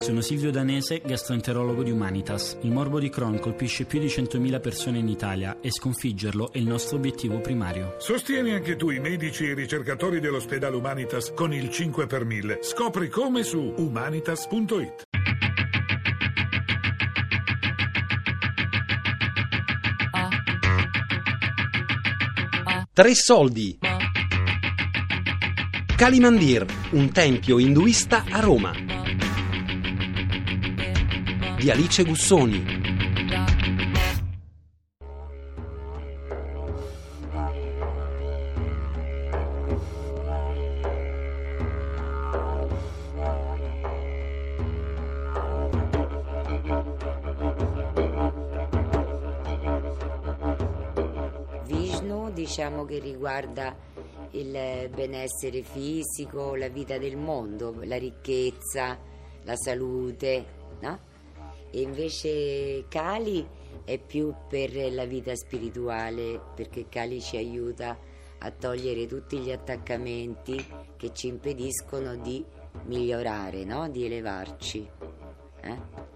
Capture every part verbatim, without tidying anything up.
Sono Silvio Danese, gastroenterologo di Humanitas. Il morbo di Crohn colpisce più di centomila persone in Italia e sconfiggerlo è il nostro obiettivo primario. Sostieni anche tu i medici e i ricercatori dell'ospedale Humanitas con il cinque per mille. Scopri come su humanitas punto it. Tre soldi. Kali Mandir, un tempio induista a Roma. Di Alice Gussoni. Vishnu, diciamo che riguarda il benessere fisico, la vita del mondo, la ricchezza, la salute, no? E invece Kali è più per la vita spirituale, perché Kali ci aiuta a togliere tutti gli attaccamenti che ci impediscono di migliorare, no? Di elevarci. Eh?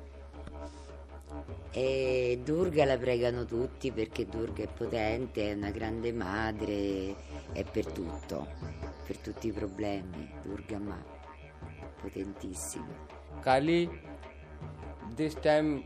E Durga la pregano tutti perché Durga è potente, è una grande madre, è per tutto, per tutti i problemi. Durga Ma, potentissima. Kali, this time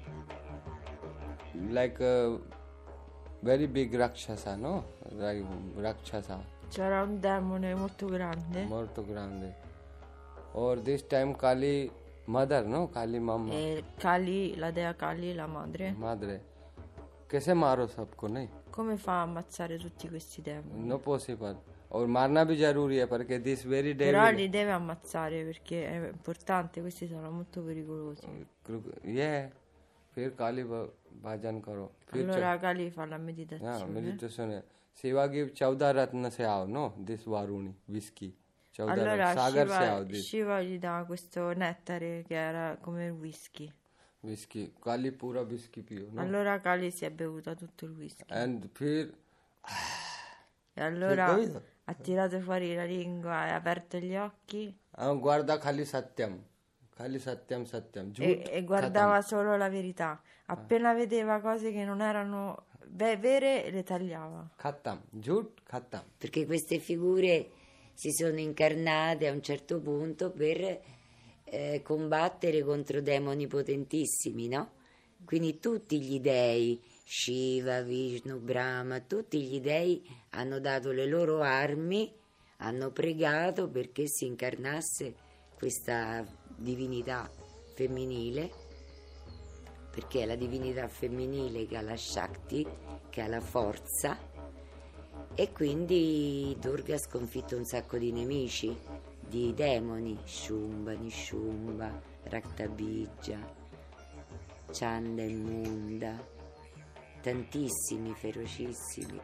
like a very big Rakshasa, no? Like Rakshasa. C'era un demone molto grande. Molto grande. Or this time Kali mother, no? Kali mamma. E Kali, la dea Kali, la madre. Madre. कैसे मारो सबको नहीं? Come fa a ammazzare tutti questi demoni? No possible. और मारना भी जरूरी है perché this very day. Però li deve ammazzare perché è importante, questi sono molto pericolosi. Yeah. फिर काली भजन करो. Allora Kali fa la meditazione. Yeah, meditation. सेवा की चौदह रत्न से आओ, no? This Varuni, whisky. Allora Sagar se Shiva, आओ this. Shiva gli dà questo nettare che era come il whisky. Whisky. Kali pura whisky più, no? Allora Kali si è bevuta tutto il whisky. And फिर E allora ha tirato fuori la lingua e ha aperto gli occhi. Guarda Kali Satyam. Kali Satyam Satyam. E, e guardava solo la verità. Appena vedeva cose che non erano ve- vere, le tagliava. Khatam. Jhut Khatam. Perché queste figure si sono incarnate a un certo punto per eh, combattere contro demoni potentissimi, no? Quindi tutti gli dei, Shiva, Vishnu, Brahma, tutti gli dei hanno dato le loro armi, hanno pregato perché si incarnasse questa divinità femminile, perché è la divinità femminile che ha la Shakti, che ha la forza, e quindi Durga ha sconfitto un sacco di nemici, di demoni, Shumba, Nishumba, Raktabija, Chanda e Munda, tantissimi, ferocissimi.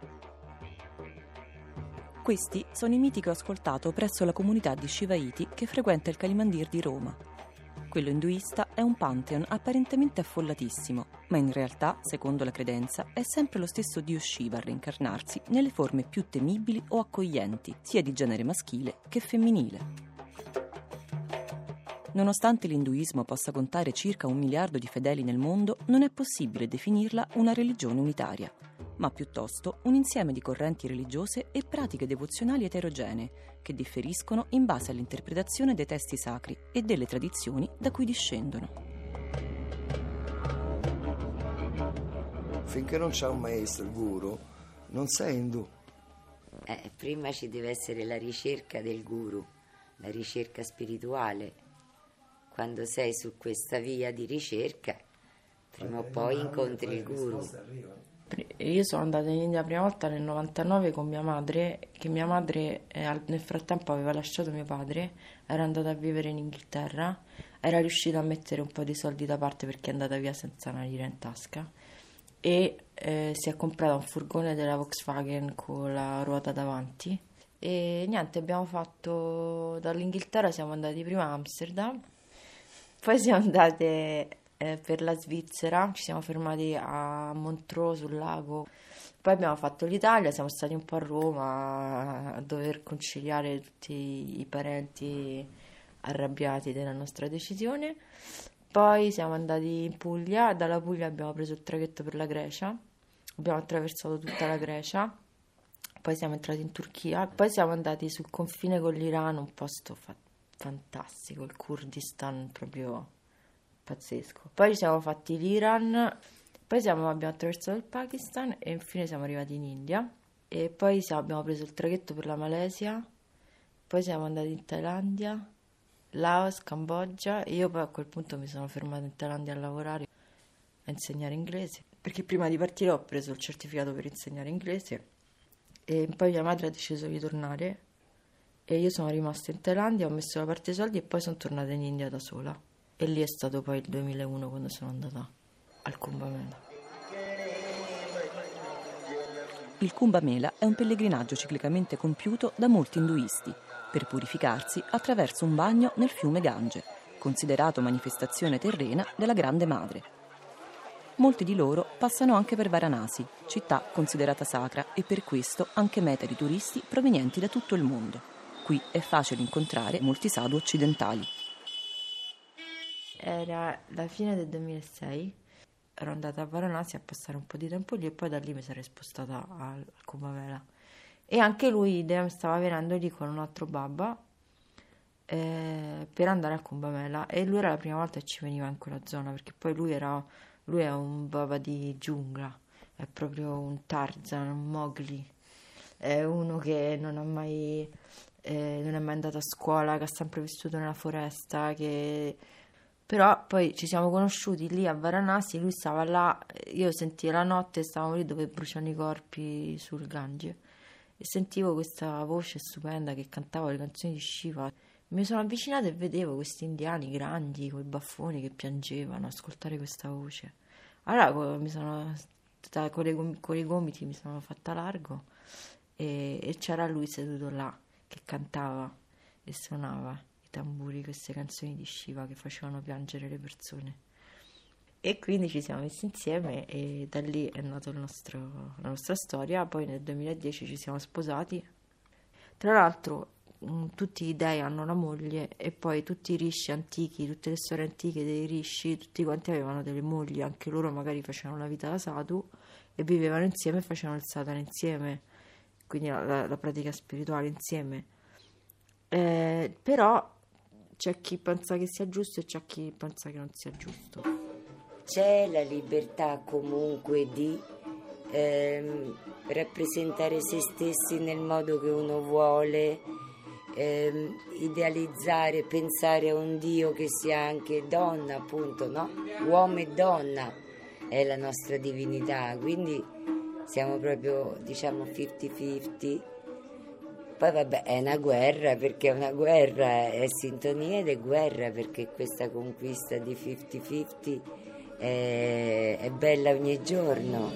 Questi sono i miti che ho ascoltato presso la comunità di Shivaiti che frequenta il Kali Mandir di Roma. Quello induista è un pantheon apparentemente affollatissimo, ma in realtà, secondo la credenza, è sempre lo stesso dio Shiva a reincarnarsi nelle forme più temibili o accoglienti, sia di genere maschile che femminile. Nonostante l'induismo possa contare circa un miliardo di fedeli nel mondo, non è possibile definirla una religione unitaria, ma piuttosto un insieme di correnti religiose e pratiche devozionali eterogenee che differiscono in base all'interpretazione dei testi sacri e delle tradizioni da cui discendono. Finché non c'è un maestro, il guru, non sei indù. Eh, prima ci deve essere la ricerca del guru, la ricerca spirituale. Quando sei su questa via di ricerca, prima o poi incontri il guru. Io sono andata in India la prima volta nel novantanove con mia madre, che mia madre eh, nel frattempo aveva lasciato mio padre, era andata a vivere in Inghilterra, era riuscita a mettere un po' di soldi da parte perché è andata via senza una lira in tasca e eh, si è comprata un furgone della Volkswagen con la ruota davanti e niente, abbiamo fatto dall'Inghilterra, siamo andati prima a Amsterdam, poi siamo andate eh, per la Svizzera, ci siamo fermati a Montreux sul lago, poi abbiamo fatto l'Italia, siamo stati un po' a Roma a dover conciliare tutti i parenti arrabbiati della nostra decisione. Poi siamo andati in Puglia, dalla Puglia abbiamo preso il traghetto per la Grecia, abbiamo attraversato tutta la Grecia, poi siamo entrati in Turchia, poi siamo andati sul confine con l'Iran, un posto fa- fantastico, il Kurdistan proprio pazzesco. Poi ci siamo fatti l'Iran, poi siamo, abbiamo attraversato il Pakistan e infine siamo arrivati in India. E poi siamo, abbiamo preso il traghetto per la Malesia, poi siamo andati in Thailandia, Laos, Cambogia, e io poi a quel punto mi sono fermata in Thailandia a lavorare, a insegnare inglese, perché prima di partire ho preso il certificato per insegnare inglese e poi mia madre ha deciso di tornare e io sono rimasta in Thailandia, ho messo da parte i soldi e poi sono tornata in India da sola, e lì è stato poi il duemilauno quando sono andata al Kumbh Mela. Il Kumbh Mela è un pellegrinaggio ciclicamente compiuto da molti induisti per purificarsi attraverso un bagno nel fiume Gange, considerato manifestazione terrena della Grande Madre. Molti di loro passano anche per Varanasi, città considerata sacra e per questo anche meta di turisti provenienti da tutto il mondo. Qui è facile incontrare molti sadhu occidentali. Era la fine del duemilasei. Ero andata a Varanasi a passare un po' di tempo lì e poi da lì mi sarei spostata al, al Kumbh Mela. E anche lui stava venendo lì con un altro babba eh, per andare al Kumbh Mela, e lui era la prima volta che ci veniva in quella zona, perché poi lui era lui è un babba di giungla, è proprio un Tarzan, un Mowgli, è uno che non ha mai eh, non è mai andato a scuola, che ha sempre vissuto nella foresta, che però poi ci siamo conosciuti lì a Varanasi, lui stava là, io sentivo la notte, stavamo lì dove bruciano i corpi sul Gange e sentivo questa voce stupenda che cantava le canzoni di Shiva. Mi sono avvicinata e vedevo questi indiani grandi con i baffoni che piangevano, ascoltare questa voce. Allora mi sono con, le, con i gomiti mi sono fatta largo e, e c'era lui seduto là che cantava e suonava tamburi, queste canzoni di Shiva che facevano piangere le persone, e quindi ci siamo messi insieme e da lì è nata la nostra storia. Poi nel duemiladieci ci siamo sposati. Tra l'altro mh, tutti i dei hanno la moglie, e poi tutti i rishi antichi, tutte le storie antiche dei rishi, tutti quanti avevano delle mogli, anche loro magari facevano la vita da sadhu e vivevano insieme e facevano il sadhana insieme, quindi la, la, la pratica spirituale insieme. Eh, però c'è chi pensa che sia giusto e c'è chi pensa che non sia giusto. C'è la libertà comunque di ehm, rappresentare se stessi nel modo che uno vuole, ehm, idealizzare, pensare a un Dio che sia anche donna, appunto, no? Uomo e donna è la nostra divinità, quindi siamo proprio, diciamo, cinquanta cinquanta. Poi vabbè, è una guerra, perché è una guerra, è sintonia ed è guerra, perché questa conquista di cinquanta cinquanta è, è bella ogni giorno.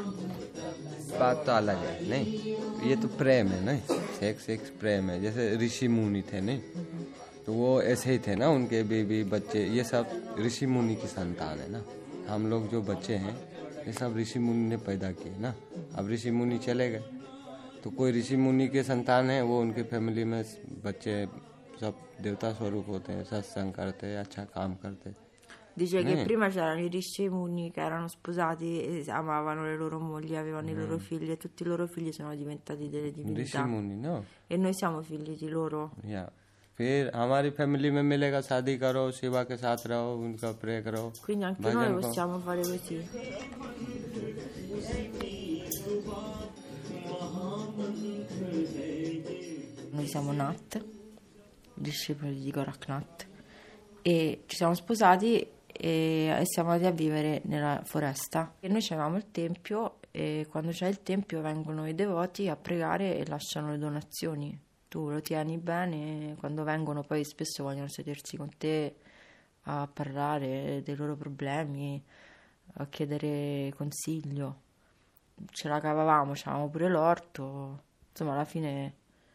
बात तो अलग है नहीं, ये तो प्रेम है नहीं, सेक्स सेक्स प्रेम है, जैसे ऋषि मुनि थे नहीं, तो वो ऐसे ही थे ना, उनके बेबी बच्चे ये सब ऋषि मुनि की संतान है ना। हम लोग जो बच्चे हैं ये सब ऋषि मुनि ने पैदा किए ना। अब ऋषि मुनि चले गए तो कोई ऋषि मुनि के संतान है, वो उनके फैमिली में बच्चे सब देवता स्वरूप होते हैं, सत्संग करते हैं, अच्छा काम करते हैं। Dice che prima c'erano i rishi muni che erano sposati e amavano le loro mogli, avevano mm. i loro figli, e tutti i loro figli sono diventati delle divinità. ऋषि मुनि no? E noi siamo figli di loro. या फिर हमारी फैमिली में मिलेगा, शादी करो, शिवा के साथ रहो, उनका प्रे करो. Quindi anche noi possiamo fare così. Noi siamo Nat, discepoli di Goraknath, e ci siamo sposati e, e siamo andati a vivere nella foresta. E noi avevamo il tempio, e quando c'è il tempio vengono i devoti a pregare e lasciano le donazioni. Tu lo tieni bene, quando vengono poi spesso vogliono sedersi con te a parlare dei loro problemi, a chiedere consiglio. Ce la cavavamo, c'avevamo pure l'orto, insomma alla fine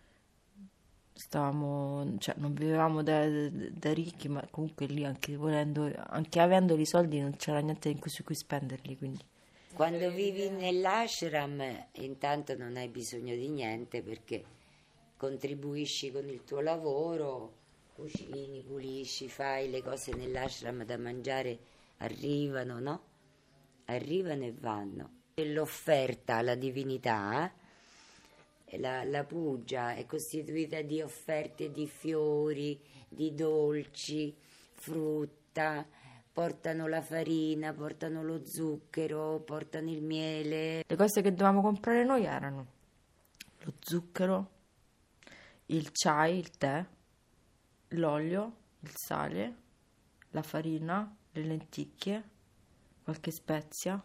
stavamo, cioè non vivevamo da, da ricchi, ma comunque lì anche volendo, anche avendo i soldi non c'era niente in cui, su cui spenderli, quindi. Quando vivi nell'ashram intanto non hai bisogno di niente, perché contribuisci con il tuo lavoro cucini, pulisci, fai le cose nell'ashram da mangiare, arrivano, no? Arrivano e vanno. E l'offerta alla divinità, la, la puja è costituita di offerte di fiori, di dolci, frutta, portano la farina, portano lo zucchero, portano il miele. Le cose che dovevamo comprare noi erano lo zucchero, il chai, il tè, l'olio, il sale, la farina, le lenticchie, qualche spezia.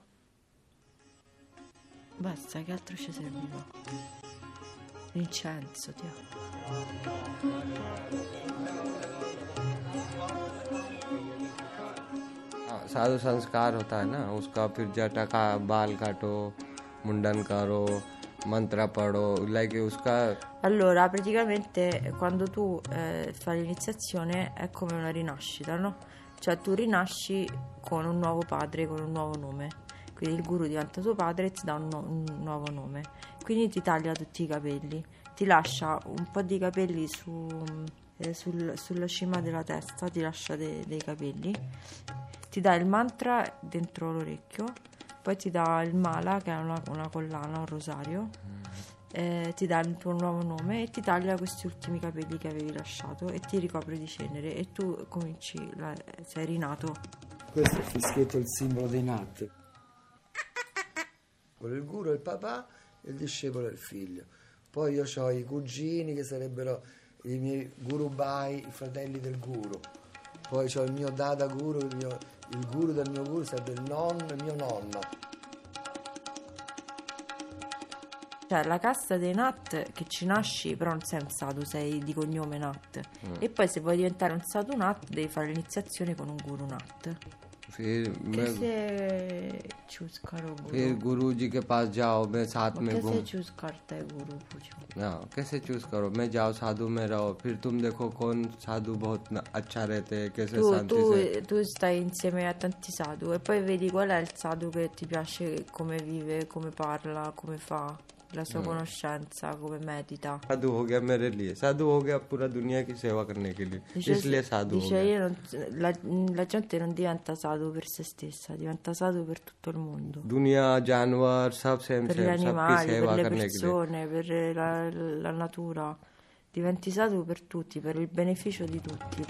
Basta, che altro ci serviva? L'incenso, ti साधु संस्कार होता है ना, उसका फिर जटा का बाल काटो, मुंडन करो, mantra paro, like उसका. Allora, praticamente quando tu eh, fai l'iniziazione è come una rinascita, no? Cioè tu rinasci con un nuovo padre, con un nuovo nome. Quindi il guru diventa tuo padre e ti dà un, no- un nuovo nome. Quindi ti taglia tutti i capelli, ti lascia un po' di capelli su, eh, sul, sulla cima della testa, ti lascia de- dei capelli, ti dà il mantra dentro l'orecchio, poi ti dà il mala, che è una, una collana, un rosario, eh, ti dà il tuo nuovo nome e ti taglia questi ultimi capelli che avevi lasciato e ti ricopre di cenere e tu cominci, la, sei rinato. Questo è il fischietto, il simbolo dei nati. Il guru è il papà e il discepolo è il figlio. Poi io ho i cugini che sarebbero i miei gurubai, i fratelli del guru. Poi ho il mio dada guru, il, mio, il guru del mio guru sarebbe il nonno, il mio nonno. Cioè la casta dei Nat, che ci nasci, però non sei un sadhu, sei di cognome Nat. Mm. E poi se vuoi diventare un sadhu Nat devi fare l'iniziazione con un guru Nat. फिर मैं कैसे चूज करो गुरु? फिर गुरु जी के पास जाओ, मैं साथ में घूम. कैसे चूज करता है गुरु, पूछो. हाँ, कैसे चूज करो, मैं जाओ साधु में रहो, फिर तुम देखो कौन साधु बहुत अच्छा रहते हैं, कैसे tu, शांति tu, से. tu stai insieme a tanti sadhu e poi vedi qual è il sadhu che ti piace, come vive, come parla, come fa, la sua mm. conoscenza, come medita. साधु हो गया मेरे लिए, साधु हो गया पूरा दुनिया की सेवा करने के लिए, dice, इसलिए साधु dice, हो गया. io non, la, la gente non diventa sadhu per se stessa, diventa sadhu per tutto il mondo. दुनिया जानवर सब सेम per सेम, gli animali, सबकी सेवा per le करने persone, per la, la natura. Diventi sadhu per tutti, per il beneficio di tutti.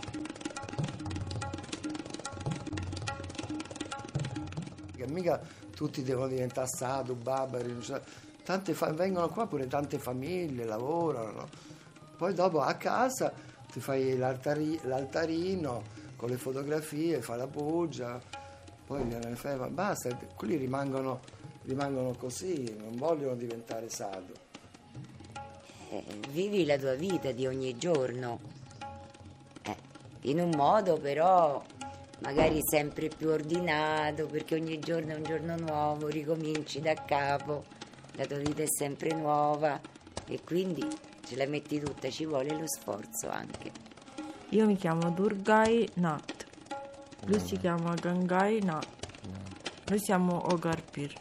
Che mica tutti devono diventare sadhu, baba, rinunciare. Tante fa- vengono qua pure tante famiglie, lavorano, no? Poi dopo a casa ti fai l'altari- l'altarino con le fotografie, fai la puja, poi gliene fai, ma basta, quelli rimangono, rimangono così, non vogliono diventare sadhu. Eh, vivi la tua vita di ogni giorno, eh, in un modo però magari sempre più ordinato, perché ogni giorno è un giorno nuovo, ricominci da capo. La tua vita è sempre nuova e quindi ce la metti tutta, ci vuole lo sforzo anche. Io mi chiamo Durgai Nath, lui no. si chiama Gangai Nath, no. Noi siamo Ogarpir.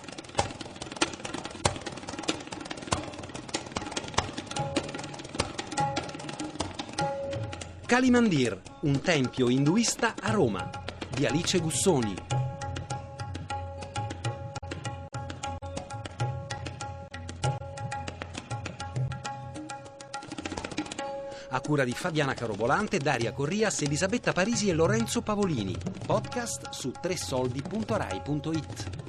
Kalimandir, un tempio induista a Roma, di Alice Gussoni. A cura di Fabiana Carobolante, Daria Corrias, Elisabetta Parisi e Lorenzo Pavolini. Podcast su tre soldi punto rai punto it.